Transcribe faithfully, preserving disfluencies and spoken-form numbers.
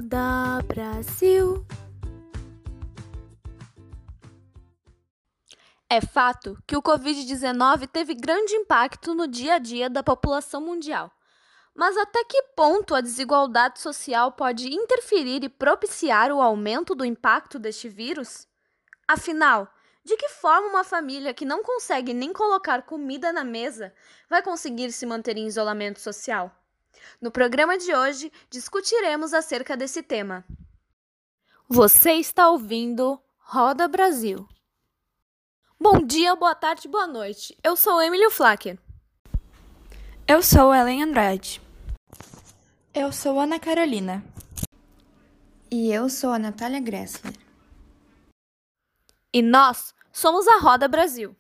Roda Brasil. É fato que o covid dezenove teve grande impacto no dia a dia da população mundial. Mas até que ponto a desigualdade social pode interferir e propiciar o aumento do impacto deste vírus? Afinal, de que forma uma família que não consegue nem colocar comida na mesa vai conseguir se manter em isolamento social? No programa de hoje, discutiremos acerca desse tema. Você está ouvindo Roda Brasil. Bom dia, boa tarde, boa noite. Eu sou Emílio Flacker. Eu sou Ellen Andrade. Eu sou Ana Carolina. E eu sou a Natália Gressler. E nós somos a Roda Brasil.